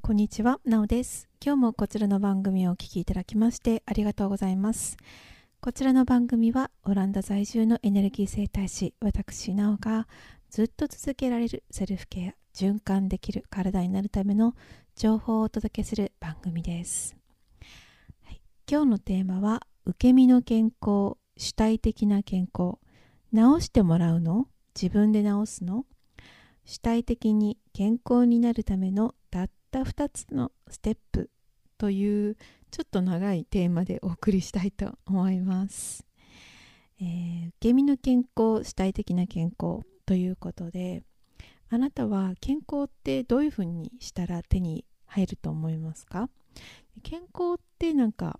こんにちは、なおです。今日もこちらの番組をお聞きいただきましてありがとうございます。こちらの番組はオランダ在住のエネルギー整体師、私なおがずっと続けられるセルフケア、循環できる体になるための情報をお届けする番組です。今日のテーマは受け身の健康、主体的な健康。治してもらうの？自分で治すの？主体的に健康になるためのたった2つのステップというちょっと長いテーマでお送りしたいと思います。受け身の健康、主体的な健康ということで、あなたは健康ってどういうふうにしたら手に入ると思いますか？健康って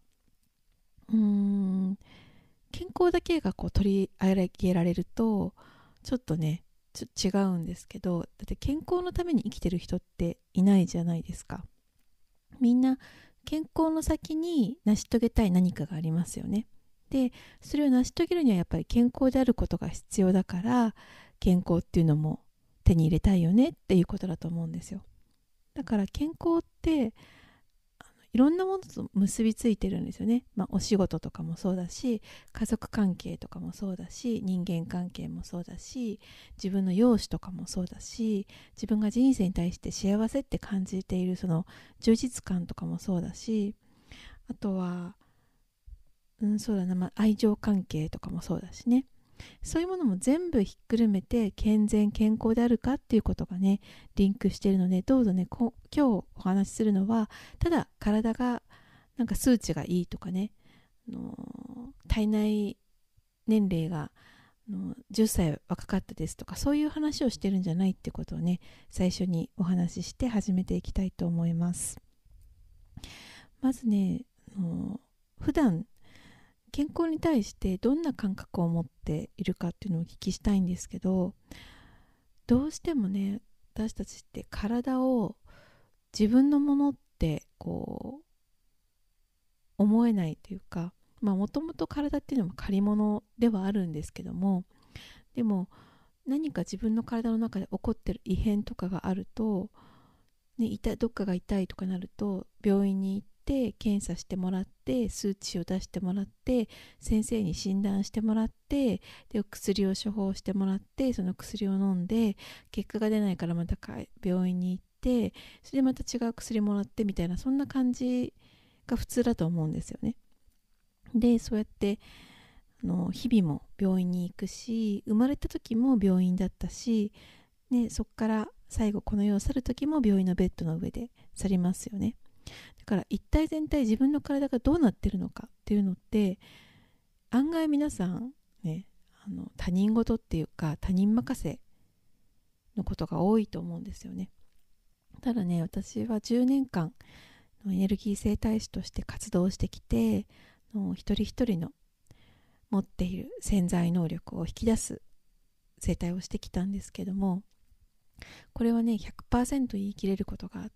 健康だけが取り上げられるとちょっとね違うんですけど、だって健康のために生きてる人っていないじゃないですか。みんな健康の先に成し遂げたい何かがありますよね。で、それを成し遂げるにはやっぱり健康であることが必要だから、健康っていうのも手に入れたいよねっていうことだと思うんですよ。だから健康っていろんなものと結びついてるんですよね。お仕事とかもそうだし、家族関係とかもそうだし、人間関係もそうだし、自分の容姿とかもそうだし、自分が人生に対して幸せって感じているその充実感とかもそうだし、あとは、そうだな、愛情関係とかもそうだしね。そういうものも全部ひっくるめて健全健康であるかっていうことがねリンクしているので、どうぞね今日お話しするのはただ体がなんか数値がいいとかね、体内年齢が10歳若かったですとか、そういう話をしてるんじゃないってことをね最初にお話しして始めていきたいと思います。まずね、普段健康に対してどんな感覚を持っているかっていうのをお聞きしたいんですけど、どうしてもね私たちって体を自分のものって思えないというか、もともと体っていうのも借り物ではあるんですけども、でも何か自分の体の中で起こってる異変とかがあると、どっかが痛いとかなると病院に行って検査してもらって数値を出してもらって先生に診断してもらって、で薬を処方してもらって、その薬を飲んで結果が出ないからまた病院に行って、それでまた違う薬もらってみたいな、そんな感じが普通だと思うんですよね。でそうやって日々も病院に行くし、生まれた時も病院だったし、そこから最後この世を去る時も病院のベッドの上で去りますよね。だから一体全体自分の体がどうなってるのかっていうのって案外皆さんね、他人事っていうか他人任せのことが多いと思うんですよね。ただね、私は10年間エネルギー整体師として活動してきて、一人一人の持っている潜在能力を引き出す整体をしてきたんですけども、これはね 100% 言い切れることがあって、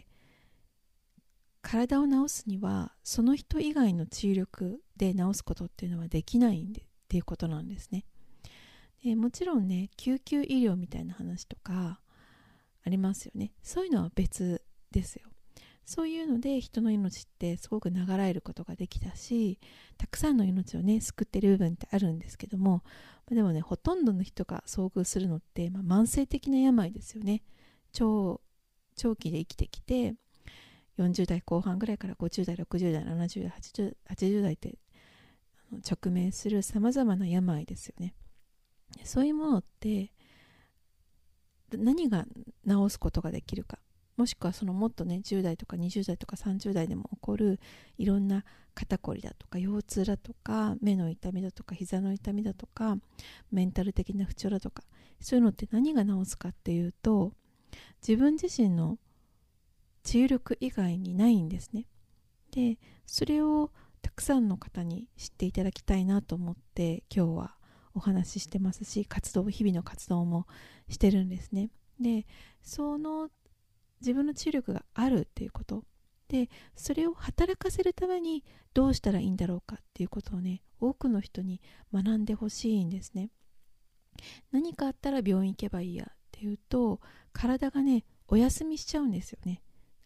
体を治すにはその人以外の治癒力で治すことっていうのはできないっていうことなんですね。でもちろんね、救急医療みたいな話とかありますよね。そういうのは別ですよ。そういうので人の命ってすごく流れることができたし、たくさんの命をね救ってる部分ってあるんですけども、でもねほとんどの人が遭遇するのって、慢性的な病ですよね。長期で生きてきて40代後半ぐらいから50代60代70代80代って直面するさまざまな病ですよね。そういうものって何が治すことができるか、もしくはそのもっとね10代とか20代とか30代でも起こるいろんな肩こりだとか腰痛だとか目の痛みだとか膝の痛みだとかメンタル的な不調だとか、そういうのって何が治すかっていうと、自分自身の治癒力以外にないんですね。でそれをたくさんの方に知っていただきたいなと思って今日はお話ししてますし、日々の活動もしてるんですね。でその自分の治癒力があるっていうことで、それを働かせるためにどうしたらいいんだろうかっていうことをね多くの人に学んでほしいんですね。何かあったら病院行けばいいやっていうと体がねお休みしちゃうんですよね。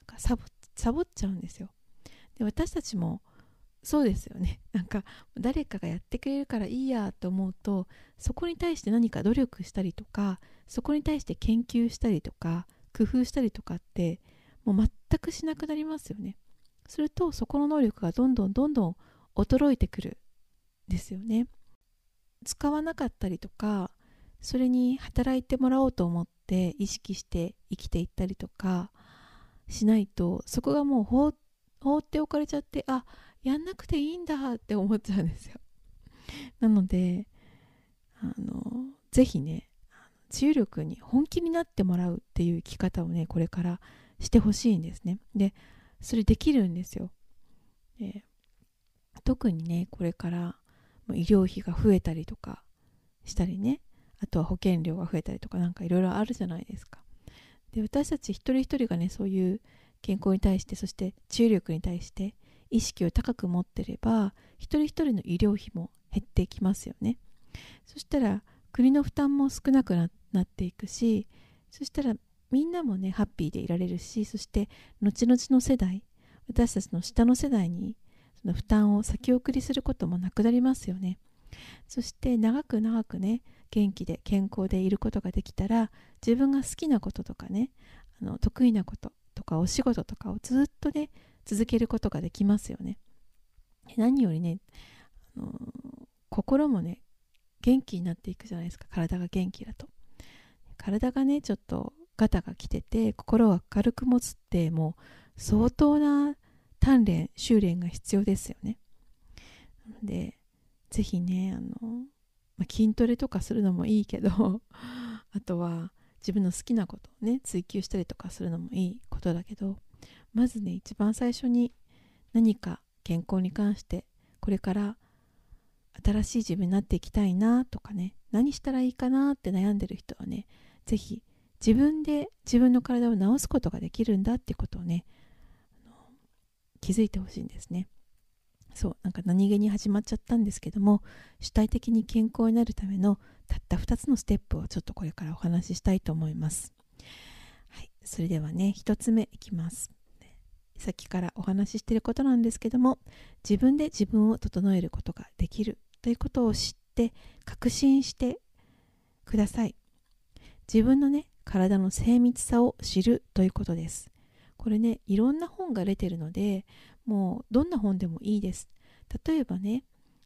サボっちゃうんですよ。で、私たちもそうですよね。誰かがやってくれるからいいやと思うと、そこに対して何か努力したりとか、そこに対して研究したりとか工夫したりとかってもう全くしなくなりますよね。するとそこの能力がどんどん衰えてくるんですよね。使わなかったりとか、それに働いてもらおうと思って意識して生きていったりとかしないと、そこがもう放っておかれちゃって、やんなくていいんだって思っちゃうんですよ。なのでぜひね、治癒力に本気になってもらうっていう生き方をね、これからしてほしいんですね。で、それできるんですよ。で、特にね、これから医療費が増えたりとかしたりね、あとは保険料が増えたりとか、いろいろあるじゃないですか。で、私たち一人一人がね、そういう健康に対して、そして治癒力に対して意識を高く持ってれば、一人一人の医療費も減ってきますよね。そしたら国の負担も少なく なっていくし、そしたらみんなもねハッピーでいられるし、そして後々の世代、私たちの下の世代にその負担を先送りすることもなくなりますよね。そして長く長くね、元気で健康でいることができたら、自分が好きなこととかね、得意なこととかお仕事とかをずっとね続けることができますよね。何よりね、心もね元気になっていくじゃないですか。体が元気だと、体がねちょっとガタが来てて心を明るく持つって、もう相当な鍛錬修練が必要ですよね。で、ぜひね筋トレとかするのもいいけどあとは自分の好きなことをね追求したりとかするのもいいことだけど、まずね一番最初に何か健康に関してこれから新しい自分になっていきたいなとかね、何したらいいかなって悩んでる人はね、ぜひ自分で自分の体を治すことができるんだっていうことをね、気づいてほしいんですね。そう、何気に始まっちゃったんですけども、主体的に健康になるためのたった2つのステップをちょっとこれからお話ししたいと思います。はい、それではね、1つ目いきます。さっきからお話ししていることなんですけども、自分で自分を整えることができるということを知って確信してください。自分のね体の精密さを知るということです。これね、いろんな本が出てるので、もうどんな本でもいいです。例えばね、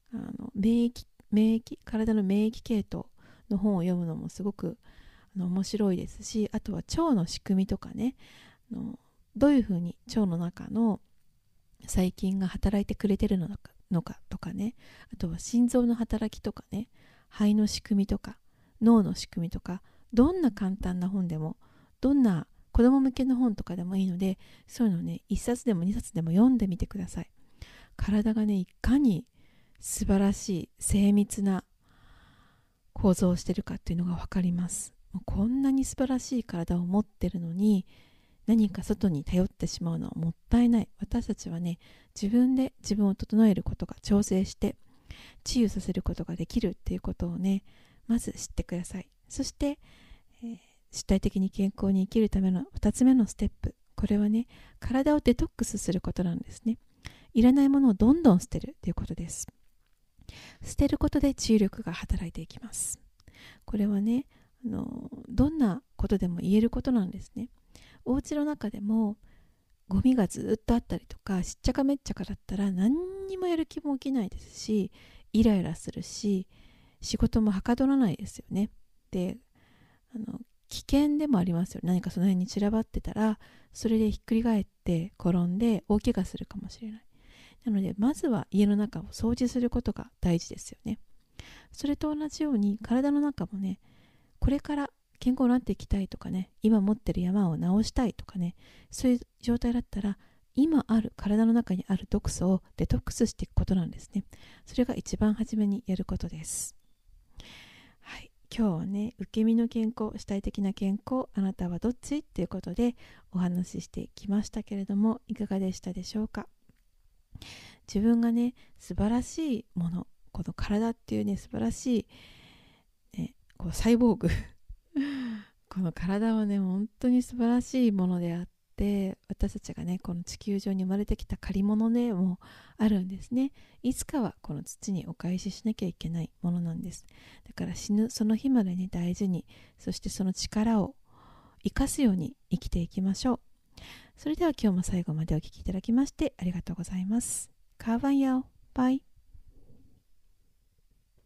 体の免疫系統の本を読むのもすごく面白いですし、あとは腸の仕組みとかね、どういうふうに腸の中の細菌が働いてくれてるのかとかね、あとは心臓の働きとかね、肺の仕組みとか脳の仕組みとか、どんな簡単な本でも、どんな子供向けの本とかでもいいので、そういうのをね1冊でも2冊でも読んでみてください。体がねいかに素晴らしい精密な構造をしてるかっていうのが分かります。もうこんなに素晴らしい体を持ってるのに、何か外に頼ってしまうのはもったいない。私たちはね、自分で自分を整えることが、調整して治癒させることができるっていうことをね、まず知ってください。そして、主体的に健康に生きるための2つ目のステップ、これはね、体をデトックスすることなんですね。いらないものをどんどん捨てるということです。捨てることで治癒力が働いていきます。これはね、どんなことでも言えることなんですね。お家の中でもゴミがずっとあったりとか、しっちゃかめっちゃかだったら何にもやる気も起きないですし、イライラするし、仕事もはかどらないですよね。で、危険でもありますよ。何かその辺に散らばってたら、それでひっくり返って転んで大怪我するかもしれない。なのでまずは家の中を掃除することが大事ですよね。それと同じように体の中もね、これから健康になっていきたいとかね、今持ってる山を治したいとかね、そういう状態だったら、今ある体の中にある毒素をデトックスしていくことなんですね。それが一番初めにやることです。はい、今日はね、受け身の健康、主体的な健康、あなたはどっちっていうことでお話ししてきましたけれども、いかがでしたでしょうか。自分がね、素晴らしいもの、この体っていうね、素晴らしい、こうサイボーグこの体はね、本当に素晴らしいものであっって私たちがねこの地球上に生まれてきた借り物ねもあるんですね。いつかはこの土にお返ししなきゃいけないものなんです。だから死ぬその日までに大事に、そしてその力を生かすように生きていきましょう。それでは今日も最後までお聞きいただきましてありがとうございます。カーバンヤオバイ。